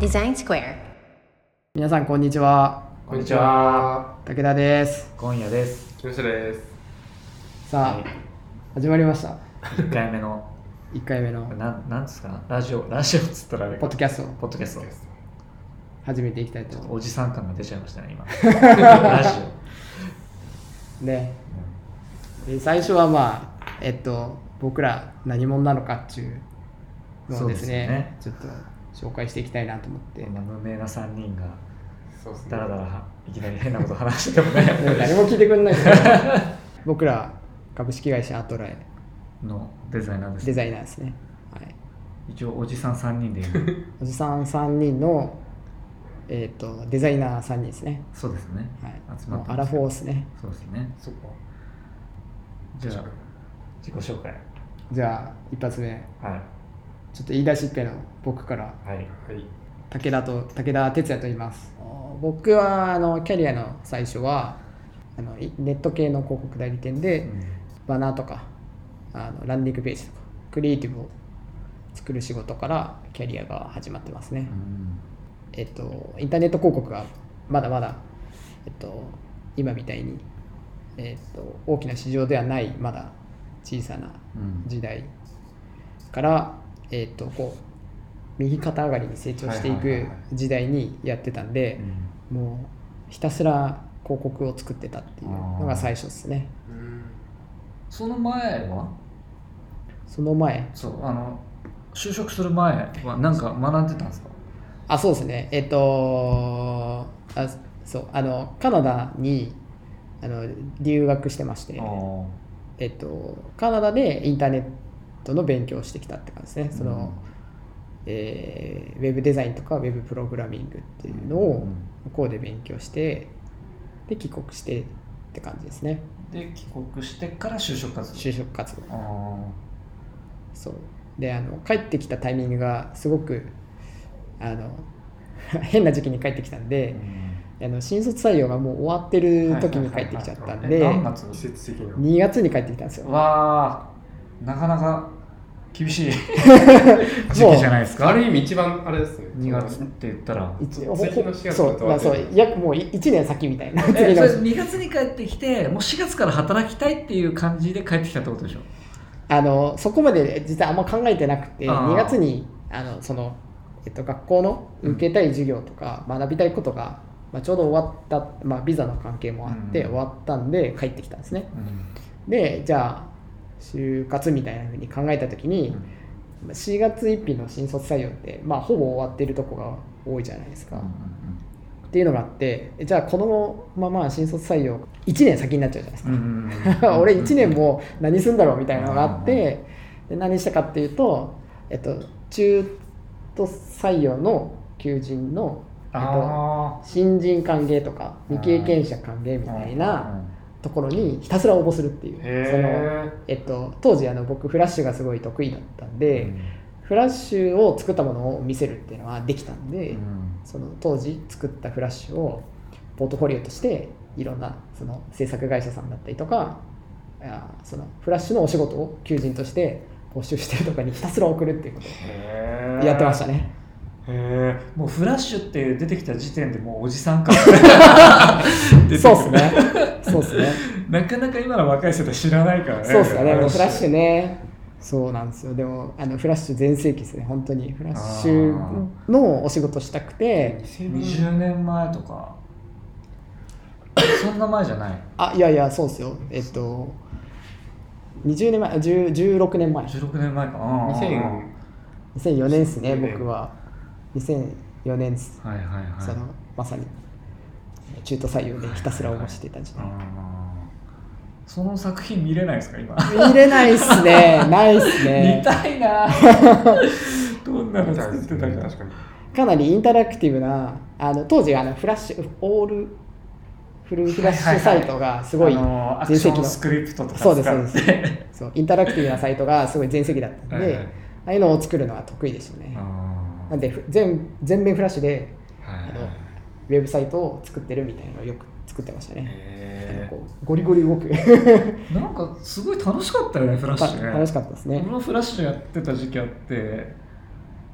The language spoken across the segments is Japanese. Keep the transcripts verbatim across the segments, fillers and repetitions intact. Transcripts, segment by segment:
デザインスクエア。 皆さんこんにちは。 こんにちは。 武田です。 今夜です。 木下です。 さあ、 はい、 始まりました。 いっかいめのいっかいめのなん、なんですかラジオ、ラジオっつったらあれかポッドキャストをポッドキャスト始めていきたいと思いまおじさん感が出ちゃいましたね、今。ラジす。ね、で最初はまあ、えっと、僕ら何者なのかっていうのをですね、 そうですねちょっと紹介していきたいなと思って。 オ。こんな無名なさんにんがそうですね。 だらだらいきなり変なこと話してもね誰も聞いてくれないですから僕ら株式会社アトラエのデザイナーです、 デザイナーですね。はい、 一応おじさんさんにんでいるおじさんさんにんの、えー、とデザイナーさんにんですね。 そうですね、 はい、 集まってます。 もうアラフォーですね。 そうですね。 そっか。 じゃあ自己紹介。 じゃあ一発目、 はいちょっと言い出しっぺの僕から。 はいはい。 武田と武田哲也と言います。僕はあのキャリアの最初はあのネット系の広告代理店で、 うん、 バナーとかあのランディングページとかクリエイティブを作る仕事からキャリアが始まってますね。 うん、 えっとインターネット広告がまだまだ、えっと、今みたいに、えっと、大きな市場ではないまだ小さな時代から、えっとこう右肩上がりに成長していく時代にやってたんで、もうひたすら広告を作ってたっていうのが最初ですね。 うん。 その前はその前そうあの就職する前は何か学んでたんですか？ あそうですねえっとあそうあのカナダにあの留学してまして、えっと、カナダでインターネットの勉強をしてきたって感じですね。その、うんえー、ウェブデザインとかウェブプログラミングっていうのを向こうで勉強してで帰国してって感じですね。 で帰国してから就職活動就職活動あそうであの帰ってきたタイミングがすごくあの変な時期に帰ってきたんで、うん、あの新卒採用がもう終わってる時に帰ってきちゃったんで、 何月？ 季節的なにがつに帰ってきたんですよ。 わあなかなか厳しい時期じゃないですか。 ある意味一番あれですね。 にがつって言ったら次のしがつそうだそういやもういちねん先みたいなえそれにがつに帰ってきてもうしがつから働きたいっていう感じで帰ってきたってことでしょ？ あのそこまで実はあんま考えてなくてにがつにあのその、えっと、学校の受けたい授業とか学びたいことが、まあ、ちょうど終わった、まあ、ビザの関係もあって終わったんで帰ってきたんですね、うん、でじゃあ就活みたいな風に考えた時に、うん、しがつついたちの新卒採用って、まあ、ほぼ終わってるとこが多いじゃないですか、うんうんうん、っていうのがあってじゃあこのまま新卒採用いちねん先になっちゃうじゃないですか、うんうんうん、俺いちねんも何するんだろうみたいなのがあってで何したかっていうと、えっと、中途採用の求人の、えっと、新人歓迎とか未経験者歓迎みたいなところにひたすら応募するっていうその、えっと、当時あの僕フラッシュがすごい得意だったんで、うん、フラッシュを作ったものを見せるっていうのはできたんで、うん、その当時作ったフラッシュをポートフォリオとしていろんなその制作会社さんだったりとかそのフラッシュのお仕事を求人として募集してるとかにひたすら送るっていうことをやってましたね。 へえ、もうフラッシュって出てきた時点でもうおじさん感そうですね。そうですね。 なかなか今の若い世代知らないからね。 そうですよね。もうフラッシュね。そうなんですよ。でもあのフラッシュ全盛期ですね。本当にフラッシュのお仕事したくて。 にじゅうねんまえとか。そんな前じゃない。 あ、いやいやそうですよ。えっとにじゅうねんまえ、じゅう、じゅうろくねんまえ。 じゅうろくねんまえか。 にせんよねんですね。僕はにせんよねんです。 はいはいはい。 そのまさに中途採用でひたすら応募してた時代。はいはいはい、 その作品見れないですか今？ 見れないっすね。ないっすね。 見たいな。どんなの作ってたか。確かに。 かなりインタラクティブなあの当時あのフラッシュオールフルフラッシュサイトがすごい全盛期の、 あのスクリプトとかそうですそうですそうインタラクティブなサイトがすごい全盛期だったんで、はいはい、ああいうのを作るのは得意でしたね。なんで全全面フラッシュで、はいはい、あのウェブサイトを作ってるみたいなのをよく作ってましたね。こうゴリゴリ動くなんかすごい楽しかったよねフラッシュね。 楽しかったですね。 俺もフラッシュやってた時期あって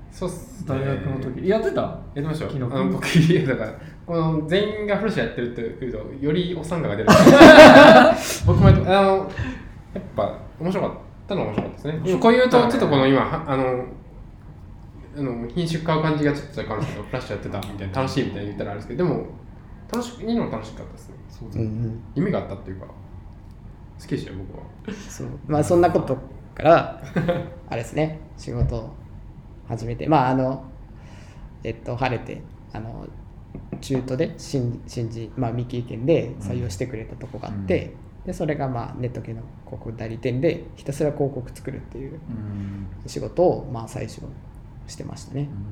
そうっすね。 大学の時やってた？ やってましたよ。 昨日あの僕だからこの全員がフラッシュやってるっていうとよりお産が出る。僕もやっあのやっぱ面白かったのは面白かったですね。こういうとちょっとこの今はあのあの品種買う感じがちょっと違うかもしれないけどフラッシュやってたみたいな楽しいみたいに言ったらあれですけどでも楽しいいのは楽しかったですね。 そううんうん、 夢があったっていうか好きでしたよ僕は。 そうまあそんなことからあれですね仕事を始めてまああのえっと晴れてあの中途で新新人、まあ、未経験で採用してくれたとこがあって、うん、でそれがまあネット系の広告代理店でひたすら広告作るっていう仕事をまあ最初してましたね。うん、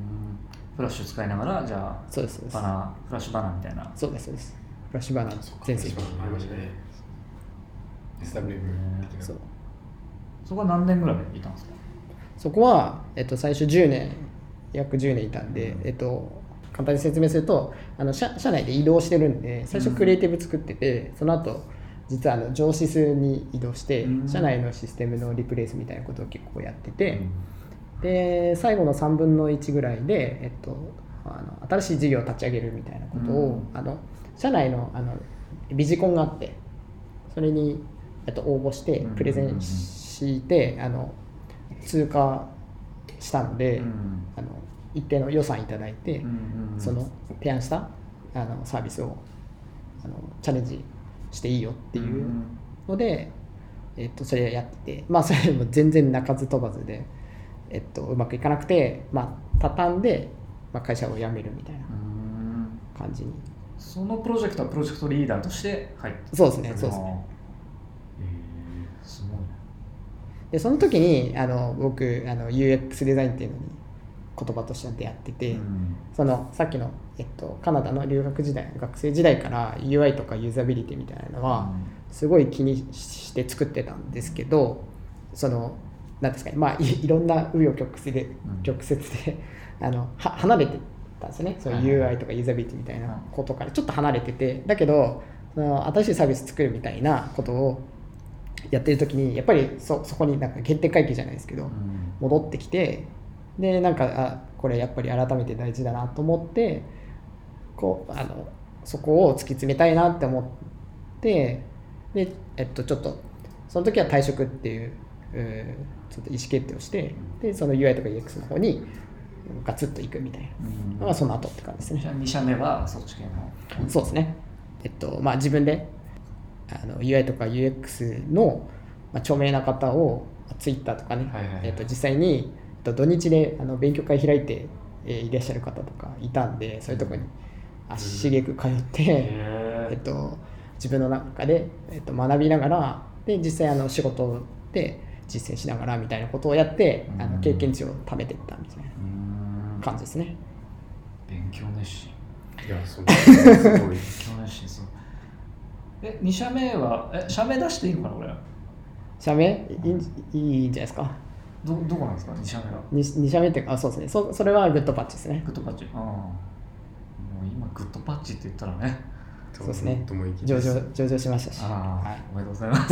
フラッシュ使いながらじゃあそうですそうですバナフラッシュバナーみたいな。 そうですそうですフラッシュバナー全盛期ありましたね。エスダブリューブ 的な。そうそこは何年ぐらいいたんですか？ そこは、えっと、最初じゅうねん約じゅうねんいたんで、うんえっと、簡単に説明するとあの 社, 社内で移動してるんで最初クリエイティブ作ってて、うん、その後実はあの上シスに移動して、うん、社内のシステムのリプレイスみたいなことを結構やってて、うん、で最後のさんぶんのいちぐらいで、えっと、あの新しい事業を立ち上げるみたいなことを、うん、あの社内 の, あのビジコンがあってそれに、えっと、応募してプレゼンして、うん、あの通過したので、うん、あの一定の予算いただいて、うんうんうん、その提案したあのサービスをあのチャレンジしていいよっていうので、うんえっと、それやってて、まあ、それも全然鳴かず飛ばずで、えっと、うまくいかなくて、まあ、畳んで、まあ、会社を辞めるみたいな感じに。 そのプロジェクトはプロジェクトリーダーとして入ってそうですねそうですね。 えー、すごいね。 でその時にあの僕あの ユーエックス デザインっていうのに言葉として出会ってて、うん、そのさっきの、えっと、カナダの留学時代学生時代から ユーアイ とかユーザビリティみたいなのはすごい気にして作ってたんですけどそのなんですかねまあ い, いろんな紆余曲折で、曲折であのは離れてたんですね。その ユーアイ とかユーザビリティみたいなことからちょっと離れててだけどその新しいサービス作るみたいなことをやってる時にやっぱり そ, そこになんか原点回帰じゃないですけど戻ってきてでなんかあこれやっぱり改めて大事だなと思ってこうあのそこを突き詰めたいなって思ってで、えっと、ちょっとその時は退職っていう、えー、ちょっと意思決定をしてでその ユーアイ とか ユーエックス の方にガツッといくみたいなのがその後って感じですね。 じゃあに社目はそっち系のそうですね。えっとまあ自分であの ユーアイ とか ユーエックス の著名な方を Twitter とかね、はいはいはいえっと、実際に土日であの勉強会開いて、えー、いらっしゃる方とかいたんでそういうところに足しげく通って、えっと、自分の中で、えっと、学びながらで実際あの仕事で実践しながらみたいなことをやってあの経験値を貯めていったみたいな感じですね。 勉強熱心。 いやそうすごい勉強熱心そう。えに社目はえ社名出していいのかなこれ？ 社名いい、いいんじゃないですか。 どどこなんですかに社目は？ に社目っていうかあそうですね。そそれはグッドパッチですね。 グッドパッチ。ああ。もう今グッドパッチって言ったらね。 そうですね。上場上場しましたし。 ああ、はい、おめでとうございます。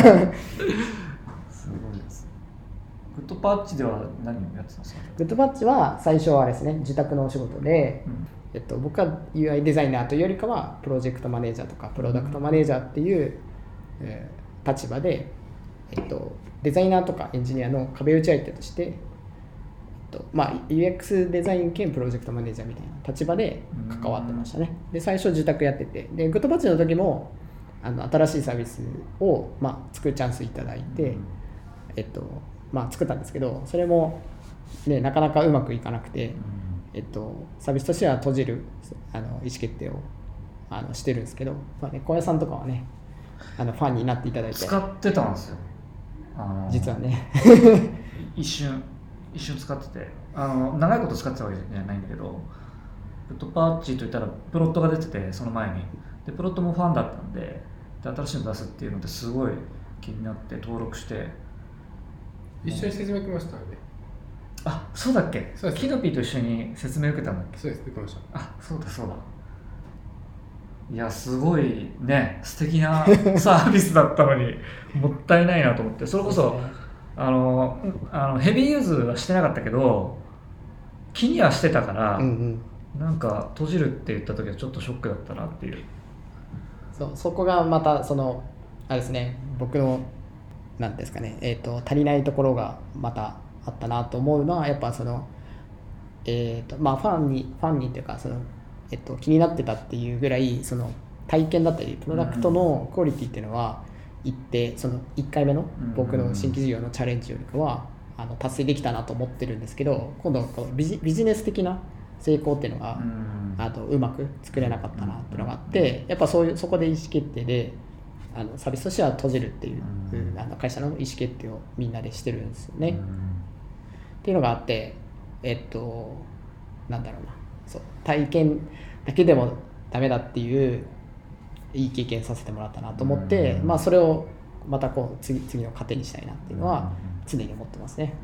すごいです。グッドパッチでは何をやってたんですか？ グッドパッチは最初はあれですね自宅のお仕事で。うんえっと、僕は ユーアイ デザイナーというよりかはプロジェクトマネージャーとかプロダクトマネージャーっていう、えー、立場で、えっと、デザイナーとかエンジニアの壁打ち相手として、えっとまあ、ユーエックス デザイン兼プロジェクトマネージャーみたいな立場で関わってましたね。で最初自宅やっててでグッドパッチの時もあの新しいサービスを、まあ、作るチャンスいただいて、えっとまあ、作ったんですけどそれも、ね、なかなかうまくいかなくて。えっと、サービスとしては閉じるあの意思決定をあのしてるんですけど、まあね、小屋さんとかはねあのファンになっていただいて使ってたんですよ、あのー、 実はね一瞬一瞬使っててあの長いこと使ってたわけじゃないんだけどグッドパッチといったらプロットが出ててその前にでプロットもファンだったんで、で新しいの出すっていうのですごい気になって登録して一緒に説明来ましたよね。 あ、そうだっけ？そうです。キノピーと一緒に説明受けたんだっけ？ そうです、受けました。 あ、そうだそうだ。いや、すごいね、素敵なサービスだったのにもったいないなと思って、それこそ、ね、あのあのヘビーユーズはしてなかったけど、 気にはしてたから、 うんうん、 なんか閉じるって言った時はちょっとショックだったなっていう。 そうそこがまたそのあれですね、僕のなんですかね、えーと、足りないところがまたあったなと思うのはやっぱその、えーとまあ、ファンにファンにというかその、えーと、気になってたっていうぐらいその体験だったりプロダクトのクオリティっていうのは一定そのいっかいめの僕の新規事業のチャレンジよりかはあの達成できたなと思ってるんですけど、今度このビジ、ビジネス的な成功っていうのがあとうまく作れなかったなっていうのがあって、やっぱそういうそこで意思決定であのサービスとしては閉じるっていう、あの会社の意思決定をみんなでしてるんですよね。っていうのがあって、えっとなんだろうな、そう体験だけでもダメだっていういい経験させてもらったなと思って、まあ、それをまたこう 次, 次の糧にしたいなっていうのは常に思ってますね。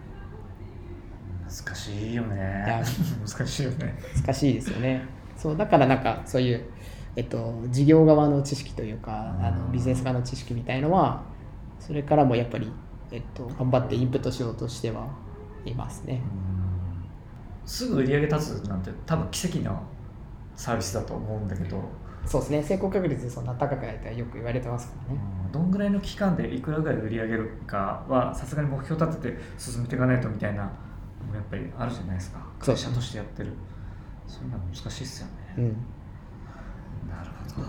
難しいよね。難しいよね。 難しいですよね。そうだからなんかそういう、えっと、事業側の知識というかあのビジネス側の知識みたいのはそれからもやっぱり、えっと、頑張ってインプットしようとしてはいますね。 すぐ売り上げ立つなんて多分奇跡のサービスだと思うんだけど、 そうですね、成功確率そんな高くないとはよく言われてますからね。 どんぐらいの期間でいくらぐらい売り上げるかはさすがに目標立てて進めていかないとみたいなのもやっぱりあるじゃないですか。会社としてやってるそういうのは難しいですよね。うん、なるほど。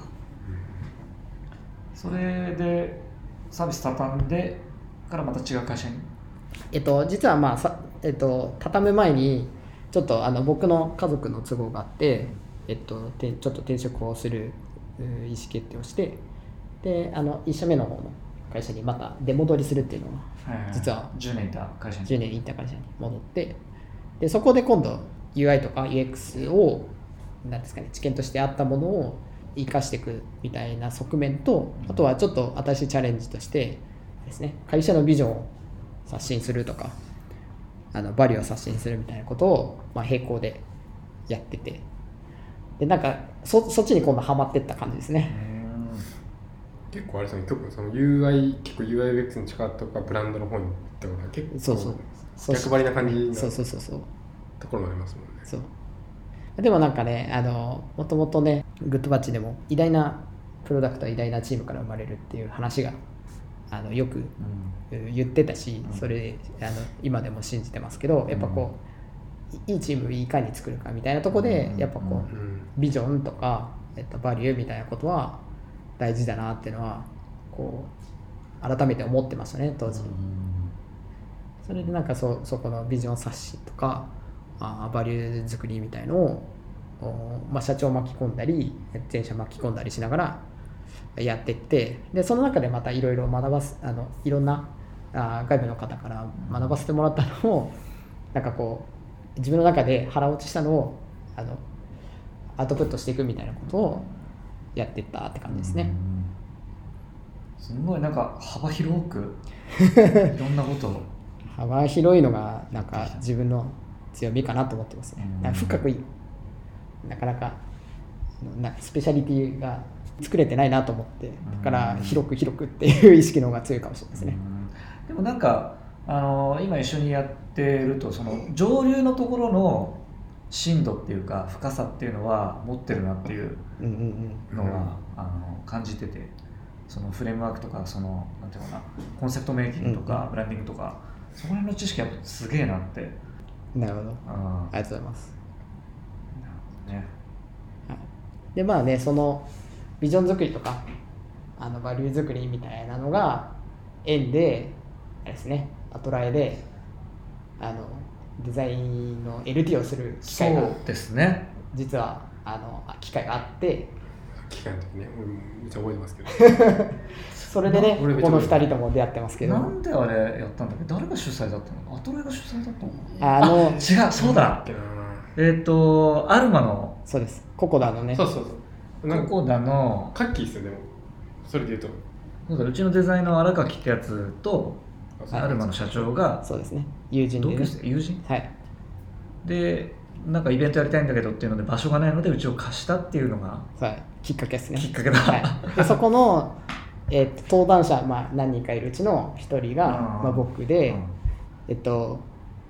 それでサービス畳んでからまた違う会社にえっと実はまあさ、えっと、畳む前にちょっとあの僕の家族の都合があって、えっと、ちょっと転職をする意思決定をして、であのいっ社目の方の会社にまた出戻りするっていうのは、はいはい、実はじゅうねんいた会社にじゅうねんいた会社に戻って、でそこで今度 ユーアイ とか ユーエックス をなんですかね、知見としてあったものを生かしていくみたいな側面と、あとはちょっと新しいチャレンジとしてですね、会社のビジョンを刷新するとかあのバリューを刷新するみたいなことを、まあ、並行でやってて、でなんか そ, そっちに今度ハマっていった感じですね。 結構あれですね、その ユーアイ 結構 ユーアイ ユーエックス の力とかブランドの方にってことは結構そうそう逆張りな感じのそうそうそうそうところもありますもんね。 そうでもなんかね、あのもともとねグッドバッチでも偉大なプロダクトは偉大なチームから生まれるっていう話があのよく言ってたし、それあの今でも信じてますけど、やっぱこういいチームをいかに作るかみたいなところでやっぱこうビジョンとか、えっと、バリューみたいなことは大事だなっていうのはこう改めて思ってましたね当時。それでなんか そ, そこのビジョン刷新とかあバリュー作りみたいのを、まあ、社長巻き込んだり全社巻き込んだりしながらやっていって、でその中でまたいろいろ学ばすあのいろんなあ外部の方から学ばせてもらったのをなんかこう自分の中で腹落ちしたのをあのアウトプットしていくみたいなことをやっていったって感じですね。 すごいなんか幅広くいろんなことを幅広いのがなんか自分の強みかなと思ってますね。なんか深くなかなかなスペシャリティが作れてないなと思って、だから広く広くっていう意識の方が強いかもしれないですね。 でもなんかあの今一緒にやってるとその上流のところの深度っていうか深さっていうのは持ってるなっていうのはあの感じてて、そのフレームワークとかそのなんていうのかなコンセプトメイキングとかブランディングとかそこら辺の知識はすげえなって。 なるほど、ありがとうございます。 なるほどね。 はい、でまあねそのビジョン作りとかあのバリュー作りみたいなのが縁であれですね、アトラエであのデザインの エルティー をする機会がそうですね実はあの機会があって、 機会の時ね俺めっちゃ覚えてますけどそれでねこのふたりとも出会ってますけど、 なんであれやったんだっけ、誰が主催だったの、アトラエが主催だったのあのあ違うそうだえっ、ー、とアルマのそうですココダのねそうそうそうココダのカッキーですよ。でもそれで言うとそうだうちのデザイナー荒垣ってやつとアルマの社長がそうですね友人で、ね、 同級生友人はいでなんかイベントやりたいんだけどっていうので場所がないのでうちを貸したっていうのが、 はい、きっかけですね。 きっかけだ、 はい、でそこの、えー、と登壇者、まあ、何人かいるうちの一人がまあ、僕で、うんえっと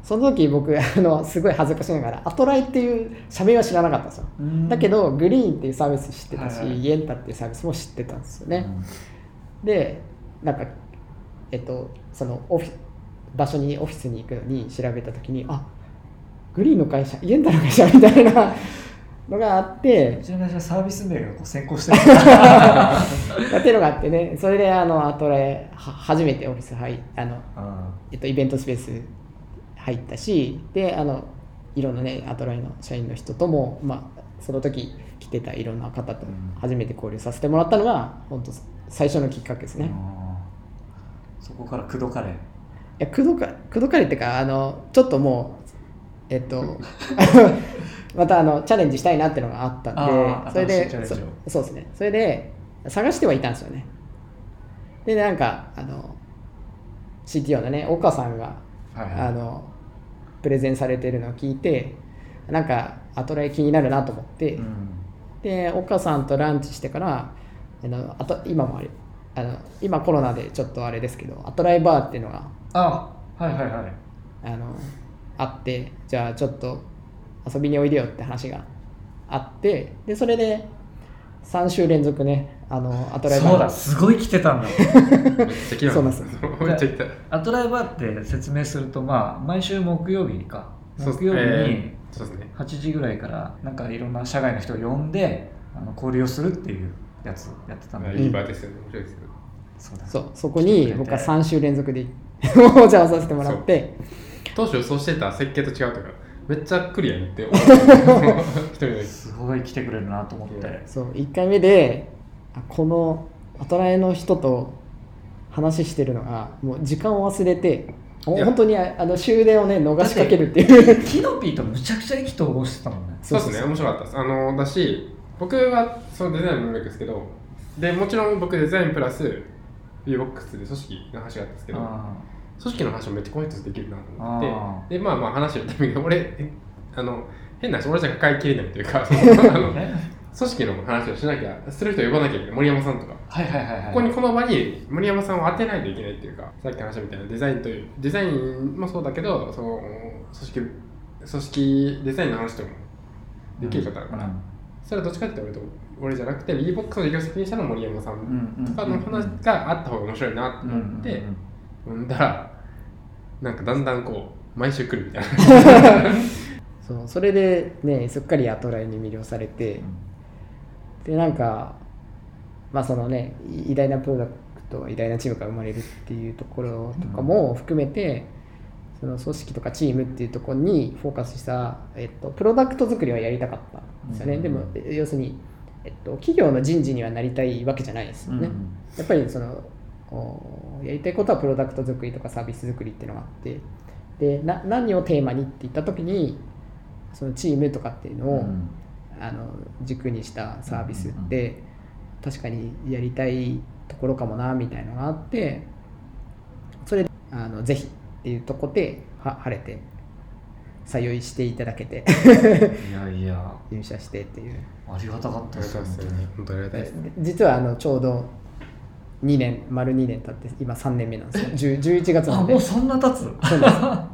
その時僕あのすごい恥ずかしながらアトライっていう社名は知らなかったんですよ。だけどグリーンっていうサービス知ってたし、はいはい、イエンタっていうサービスも知ってたんですよね、うん、でなんかえっとそのオフィ場所にオフィスに行くのに調べた時にあグリーンの会社イエンタの会社みたいなのがあってうちの会社サービス名がこう先行してるっていうのがあってね、それであのアトライは初めてオフィス入あの、えっと、イベントスペース入ったし、であのいろんなねアトライの社員の人とも、まあ、その時来てたいろんな方と初めて交流させてもらったのが本当最初のきっかけですね。 そこからクドカレー。いやクドカクドカレーってかあのちょっともうえっとまたあのチャレンジしたいなっていうのがあったんで、それでそそうですね、それで探してはいたんですよね。でなんかあの シーティーオー のね岡さんが、はいはい、あのプレゼンされてるのを聞いてなんかアトライ気になるなと思って、うん、で岡さんとランチしてからあのあと今もあれあの今コロナでちょっとあれですけどアトライバーっていうのがあはいはいはいあのあって、じゃあちょっと遊びにおいでよって話があって、でそれでさん週連続ねあのアトライバーそうだすごい来てたんだめっちゃ来たそうなんですめっちゃ来た。 アトライバーって説明すると、まあ、毎週木曜日か木曜日にはちじぐらいからなんかいろんな社外の人を呼んであの交流をするっていうやつやってたんで、 いい場ですよね、面白いですよね。 そうだそう、そこに僕はさん週連続でお邪魔させてもらって、 当初そうしてた設計と違うとかめっちゃクリアにって思ってすごい来てくれるなと思って、 そういっかいめでこのアトライの人と話してるのがもう時間を忘れて本当にあの終電をね逃しかけるっていうキノピーとむちゃくちゃ意気投合してたもんね。 そうですね、面白かったです。あのだし僕はそのデザインの能力ですけど、でもちろん僕デザインプラス ビーボックス で組織の話があったんですけど、組織の話もめっちゃコミットできるなと思って、でまあまあ話をために俺あの変な話俺じゃ抱えきれないというかあの組織の話をしなきゃする人を呼ばなきゃいけない、森山さんとか、 はいはいはいはい、 ここにこの場に森山さんを当てないといけないっていうか、さっき話したみたいなデザインというデザインもそうだけどその組織組織デザインの話とかもできる方だから、うん、それはどっちかって言ったら俺と俺じゃなくて ビーボックス の事業責任者の森山さんとかの話があった方が面白いなと思って呼んだら、なんかだんだんこう毎週来るみたいなそうそれでねすっかりアトライに魅了されて、うん、でなんかまあそのね偉大なプロダクト偉大なチームが生まれるっていうところとかも含めて、うん、その組織とかチームっていうところにフォーカスした、えっと、プロダクト作りはやりたかったんですよね、うん、でも要するに、えっと、企業の人事にはなりたいわけじゃないですよね、うん、やっぱりそのやりたいことはプロダクト作りとかサービス作りっていうのがあって、でな何をテーマにって言った時にそのチームとかっていうのを、うん、あの軸にしたサービスって確かにやりたいところかもなみたいなのがあって、それであのぜひっていうところでは晴れて採用していただけていやいや入社してっていうありがたかったですよね。本当にありがたいです。 実はあのちょうどにねん丸にねん経って今さんねんめなんですよ。じゅういちがつなんで。 あもうそんな経つ。そうです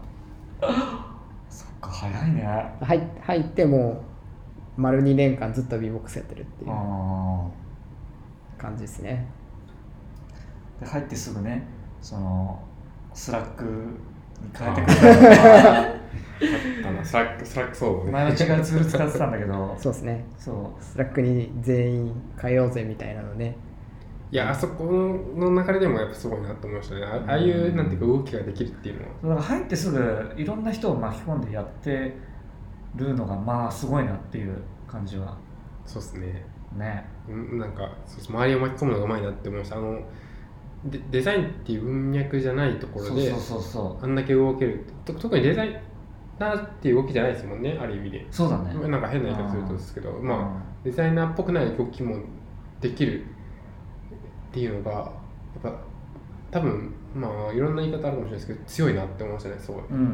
そっか早いね。 入入ってもう丸にねんかんずっと ビーボックス やってるっていう感じですね。 で入ってすぐねそのスラックに変えてくれたりとかあのスラックスラックそうね。 前は違うツール使ってたんだけどそうですね。そうスラックに全員変えようぜみたいなのね。 いやあそこの流れでもやっぱすごいなと思いましたね。ああいうなんていうか動きができるっていうのは。 だから入ってすぐいろんな人を巻き込んでやってるのがまあすごいなっていう感じは。 そうですね。 ね。 なんか周りを巻き込むのがうまいなって思いました。あのデ, デザインっていう文脈じゃないところであんだけ動ける。特にデザイナーっていう動きじゃないですもんね、ある意味で。 そうだね。 なんか変な言い方するとですけど、まあデザイナーっぽくない動きもできる。っていうのがやっぱ多分まあいろんな言い方あるかもしれないですけど強いなって思いましたね、すごい。 うんうんうんうん。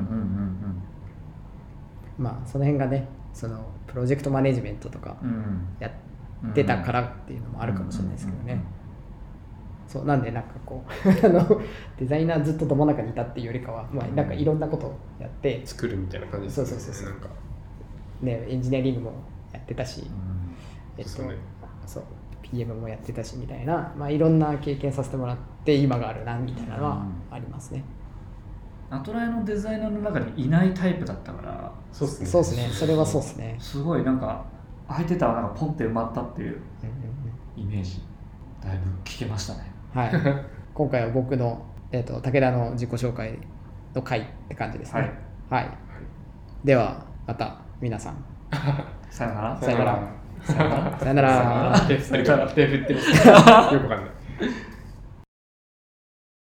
まあその辺がねそのプロジェクトマネジメントとかやってたからっていうのもあるかもしれないですけどね。 そうなんでなんかこうあのデザイナーずっとど真ん中にいたっていうよりかは、まあ、なんかいろんなことをやって作るみたいな感じですね。 そうそうそうそうなんかね、エンジニアリングもやってたし、 うんえっとそうねそう ピーエム もやってたしみたいな、まあ、いろんな経験させてもらって今があるなみたいなのはありますね。 アトライのデザイナーの中にいないタイプだったからそうですね。 そうですね、それはそうですね。 すごいなんか空いてたらなんかポンって埋まったっていううんうんイメージだいぶ聞けましたね。 うんはい、今回は僕の、えっと武田の自己紹介の回って感じですね。はい、ではまた皆さんさよならさよならさよならさよなら手振ってる。よくわかんない。